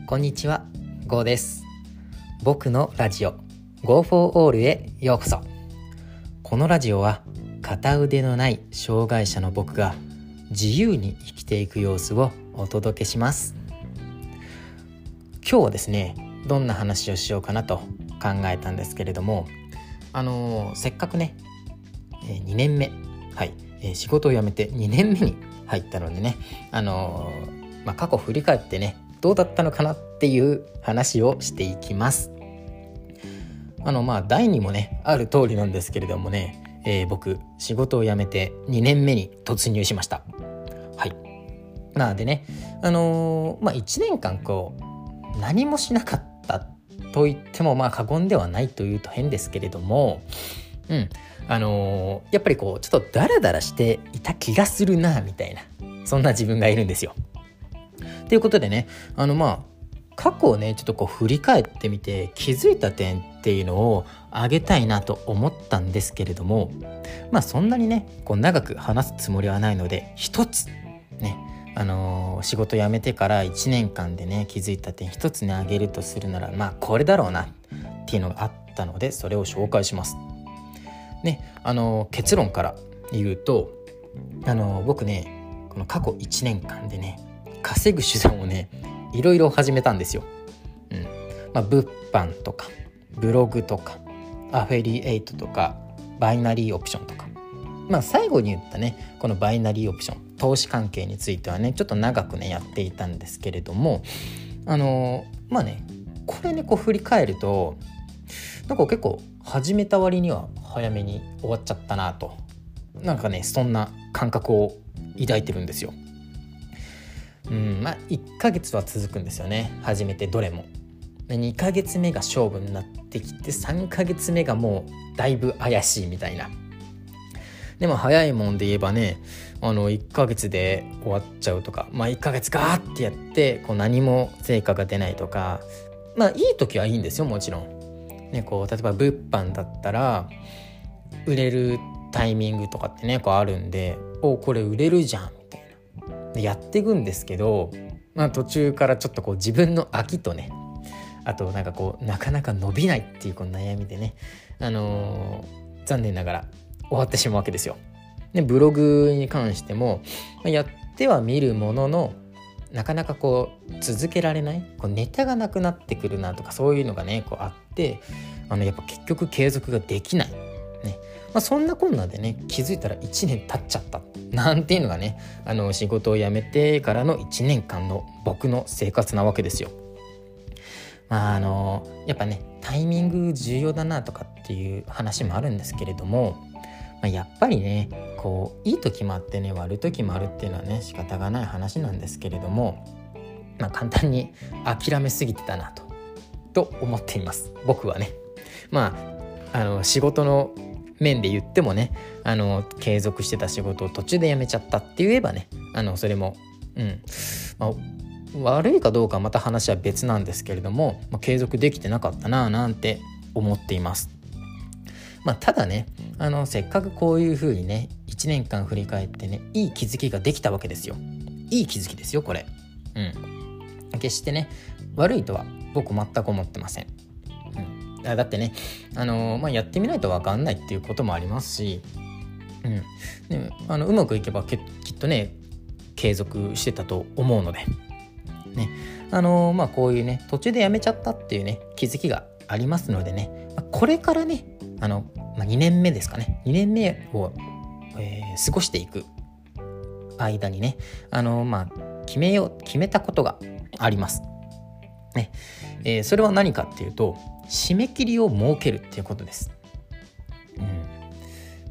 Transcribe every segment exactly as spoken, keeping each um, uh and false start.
こんにちは、ゴーです。僕のラジオ Go for All へようこそ。このラジオは片腕のない障害者の僕が自由に生きていく様子をお届けします。今日はですね、どんな話をしようかなと考えたんですけれども、あのー、せっかくね、えー、にねんめ、はい、えー、仕事を辞めてにねんめに入ったのでね、あのーまあ、過去振り返ってね、どうだったのかなっていう話をしていきます。あのまあ題にもねある通りなんですけれどもね、えー、僕仕事を辞めてにねんめに突入しました。はい。なのでね、あのー、まあいちねんかんこう何もしなかったと言ってもまあ過言ではないというと変ですけれども、うんあのー、やっぱりこうちょっとダラダラしていた気がするなみたいな、そんな自分がいるんですよ。ということでね、あのまあ過去をねちょっとこう振り返ってみて気づいた点っていうのを挙げたいなと思ったんですけれども、まあそんなにねこう長く話すつもりはないので、一つねあのー、仕事辞めてからいちねんかんでね気づいた点一つね挙げるとするなら、まあこれだろうなっていうのがあったので、それを紹介しますね。あのー、結論から言うと、あのー、僕ねこの過去いちねんかんでね稼ぐ手段をねいろいろ始めたんですよ。うんまあ、物販とかブログとかアフィリエイトとかバイナリーオプションとか、まあ最後に言ったねこのバイナリーオプション、投資関係についてはねちょっと長くねやっていたんですけれども、あのー、まあねこれねこう振り返るとなんか結構始めた割には早めに終わっちゃったなと、なんかねそんな感覚を抱いてるんですよ。うんまあ、いっかげつは続くんですよね、初めてどれも。にかげつめが勝負になってきて、さんかげつめがもうだいぶ怪しいみたいな。でも早いもんで言えばね、あのいっかげつで終わっちゃうとか、まあいっかげつガーってやってこう何も成果が出ないとか、まあいい時はいいんですよ、もちろん、ね、こう例えば物販だったら売れるタイミングとかってねこうあるんで、おこれ売れるじゃんでやっていくんですけど、まあ、途中からちょっとこう自分の飽きとね、あとなんかこうなかなか伸びないっていうこの悩みでね、あのー、残念ながら終わってしまうわけですよ。でブログに関してもやってはみるものの、なかなかこう続けられない、こうネタがなくなってくるなとか、そういうのがねこうあって、あのやっぱ結局継続ができないね。まあ、そんなこんなでね気づいたらいちねん経っちゃったなんていうのがね、あの仕事を辞めてからのいちねんかんの僕の生活なわけですよ。まああのやっぱねタイミング重要だなとかっていう話もあるんですけれども、まあ、やっぱりねこういい時もあってね悪い時もあるっていうのはね仕方がない話なんですけれども、まあ、簡単に諦めすぎてたなとと思っています僕はね。まああの仕事の面で言ってもね、あの継続してた仕事を途中で辞めちゃったって言えばね、あのそれも、うんまあ、悪いかどうかはまた話は別なんですけれども、まあ、継続できてなかったななんて思っています。まあ、ただねあのせっかくこういう風にねいちねんかん振り返ってねいい気づきができたわけですよ。いい気づきですよこれ。うん決してね悪いとは僕全く思ってません。だってね、あのーまあ、やってみないと分かんないっていうこともありますし、うん、であのうまくいけばきっとね継続してたと思うので、ねあのーまあ、こういうね途中でやめちゃったっていうね気づきがありますのでね、まあ、これからねあの、まあ、にねんめですかねにねんめを、えー、過ごしていく間にね、あのーまあ、決めよう決めたことがありますね。えー、それは何かっていうと締め切りを設けるっていうことです。うん、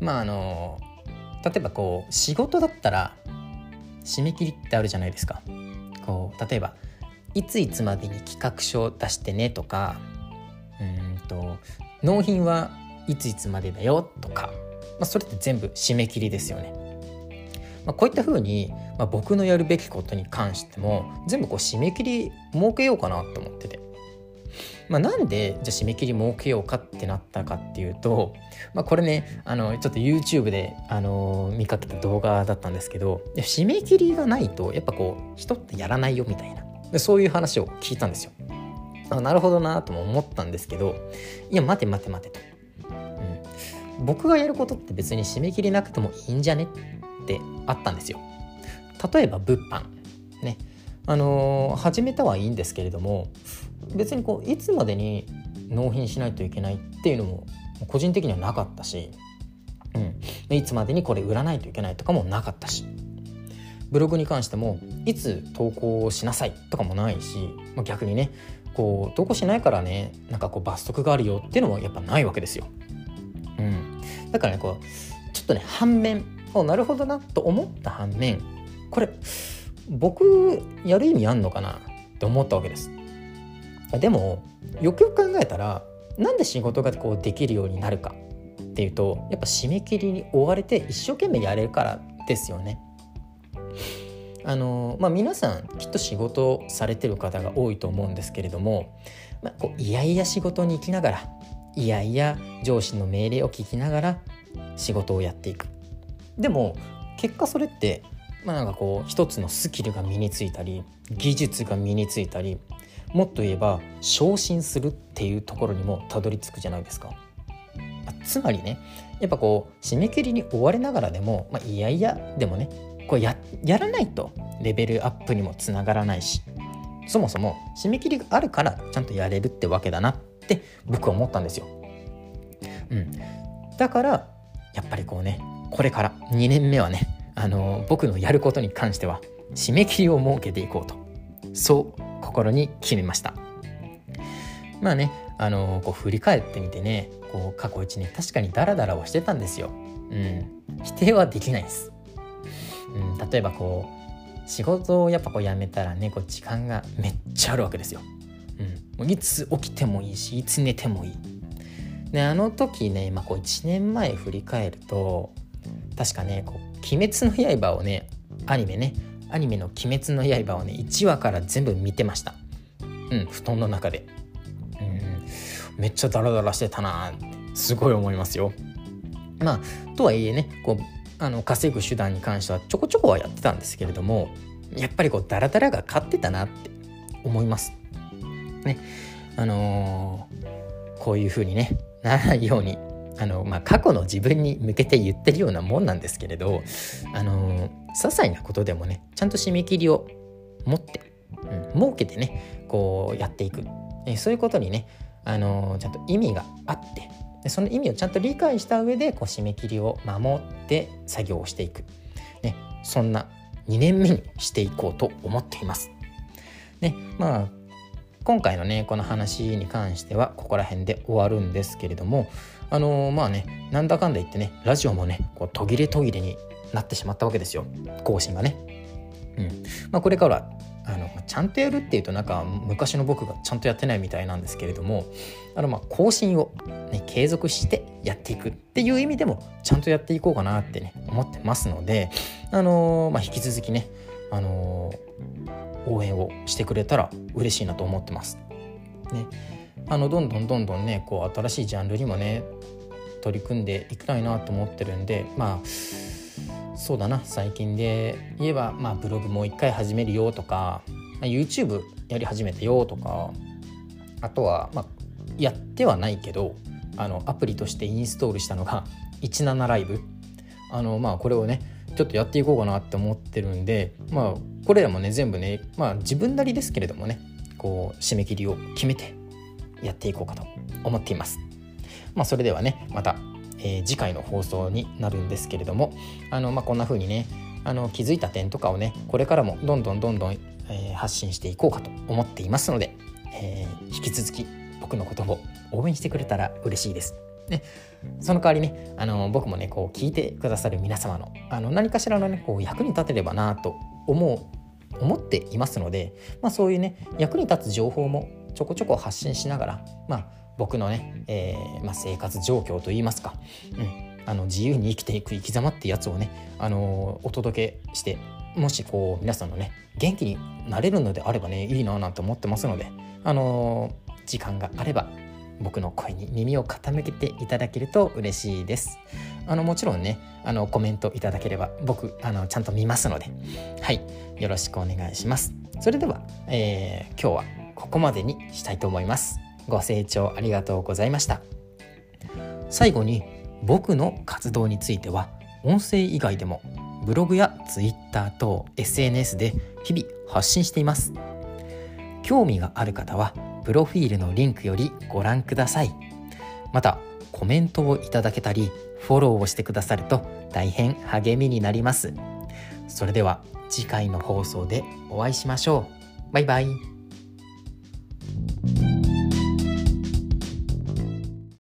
まああの例えばこう仕事だったら締め切りってあるじゃないですか。こう例えばいついつまでに企画書を出してねとか、うんと納品はいついつまでだよとか、まあ、それって全部締め切りですよね。まあ、こういった風に、まあ、僕のやるべきことに関しても全部こう締め切り設けようかなと思ってて、まあ、なんでじゃあ締め切り設けようかってなったかっていうと、まあ、これねあのちょっと YouTube で、あの見かけた動画だったんですけど、締め切りがないとやっぱこう人ってやらないよみたいな、 でそういう話を聞いたんですよ。あ、なるほどなとも思ったんですけど、いや待て待て待てと、うん、僕がやることって別に締め切りなくてもいいんじゃねってあったんですよ。例えば物販ね、あのー、始めたはいいんですけれども、別にこういつまでに納品しないといけないっていうのも個人的にはなかったし、うん、いつまでにこれ売らないといけないとかもなかったし、ブログに関してもいつ投稿しなさいとかもないし、まあ、逆にねこう投稿しないからねなんかこう罰則があるよっていうのもやっぱないわけですよ、うん、だからねこうちょっとね反面なるほどなと思った反面、これ僕やる意味あんのかなって思ったわけです。でもよくよく考えたら、なんで仕事がこうできるようになるかっていうと、やっぱ締め切りに追われて一生懸命やれるからですよね。あのまあ、皆さんきっと仕事をされてる方が多いと思うんですけれども、まあ、こういやいや仕事に行きながら、いやいや上司の命令を聞きながら仕事をやっていく。でも結果それって、まあ、なんかこう一つのスキルが身についたり、技術が身についたり、もっと言えば昇進するっていうところにもたどり着くじゃないですか。つまりね、やっぱこう締め切りに追われながらでも、まあ、いやいやでもねこう や, やらないとレベルアップにもつながらないし、そもそも締め切りがあるからちゃんとやれるってわけだなって僕は思ったんですよ、うん、だからやっぱりこうね、これからにねんめはね、あのー、僕のやることに関しては締め切りを設けていこうと、そう心に決めました。まあね、あのー、こう振り返ってみてね、こう過去いちねん確かにダラダラはしてたんですよ、うん、否定はできないです。うん、例えばこう仕事をやっぱこう辞めたらね、こう時間がめっちゃあるわけですよ、うん、もういつ起きてもいいし、いつ寝てもいい。であの時ね、まあ、こういちねんまえ振り返ると、確かねこう鬼滅の刃をね、アニメねアニメの鬼滅の刃をねいちわから全部見てました、うん、布団の中で、うん、めっちゃダラダラしてたなってすごい思いますよ。まあとはいえね、こうあの稼ぐ手段に関してはちょこちょこはやってたんですけれども、やっぱりこうダラダラが勝ってたなって思いますね。あのー、こういう風にねならないように、あの、まあ、過去の自分に向けて言ってるようなもんなんですけれど、あのー、些細なことでもねちゃんと締め切りを持って、うん、設けてねこうやっていく、えそういうことにね、あのー、ちゃんと意味があって、でその意味をちゃんと理解した上でこう締め切りを守って作業をしていく、ね、そんなにねんめにしていこうと思っています、ね。まあ今回のねこの話に関してはここら辺で終わるんですけれども、あのー、まあねなんだかんだ言ってねラジオもねこう途切れ途切れになってしまったわけですよ、更新がね。うんまあ、これからあのちゃんとやるっていうとなんか昔の僕がちゃんとやってないみたいなんですけれども、あのまあ更新を、ね、継続してやっていくっていう意味でもちゃんとやっていこうかなってね思ってますので、あのーまあ、引き続きね、あのー、応援をしてくれたら嬉しいなと思ってます、ね。あのどんどんどんどんねこう新しいジャンルにもね取り組んでいきたいなと思ってるんで、まあそうだな、最近で言えば、まあ、ブログも一回始めるよとか YouTube やり始めたよとか、あとは、まあ、やってはないけどあのアプリとしてインストールしたのがじゅうななライブ、あの、まあ、これをねちょっとやっていこうかなって思ってるんで、まあ、これらもね全部ね、まあ、自分なりですけれどもねこう締め切りを決めてやっていこうかと思っています。まあ、それではねまたえー、次回の放送になるんですけれども、あの、まあ、こんな風にねあの気づいた点とかをねこれからもどんどんどんどん、えー、発信していこうかと思っていますので、えー、引き続き僕のことを応援してくれたら嬉しいです、ね。その代わりねあの僕もねこう聞いてくださる皆様の、あの何かしらの、ね、こう役に立てればなと思う思っていますので、まあ、そういうね役に立つ情報もちょこちょこ発信しながら、まあ僕のね、えーまあ、生活状況といいますか、うん、あの自由に生きていく生き様ってやつをね、あのー、お届けして、もしこう皆さんのね元気になれるのであればねいいななんて思ってますので、あのー、時間があれば僕の声に耳を傾けていただけると嬉しいです。あのもちろんね、あのコメントいただければ僕あのちゃんと見ますので、はい、よろしくお願いします。それでは、えー、今日はここまでにしたいと思います。ご清聴ありがとうございました。最後に、僕の活動については音声以外でもブログやツイッター等 エスエヌエス で日々発信しています。興味がある方はプロフィールのリンクよりご覧ください。またコメントをいただけたりフォローをしてくださると大変励みになります。それでは次回の放送でお会いしましょう。バイバイ。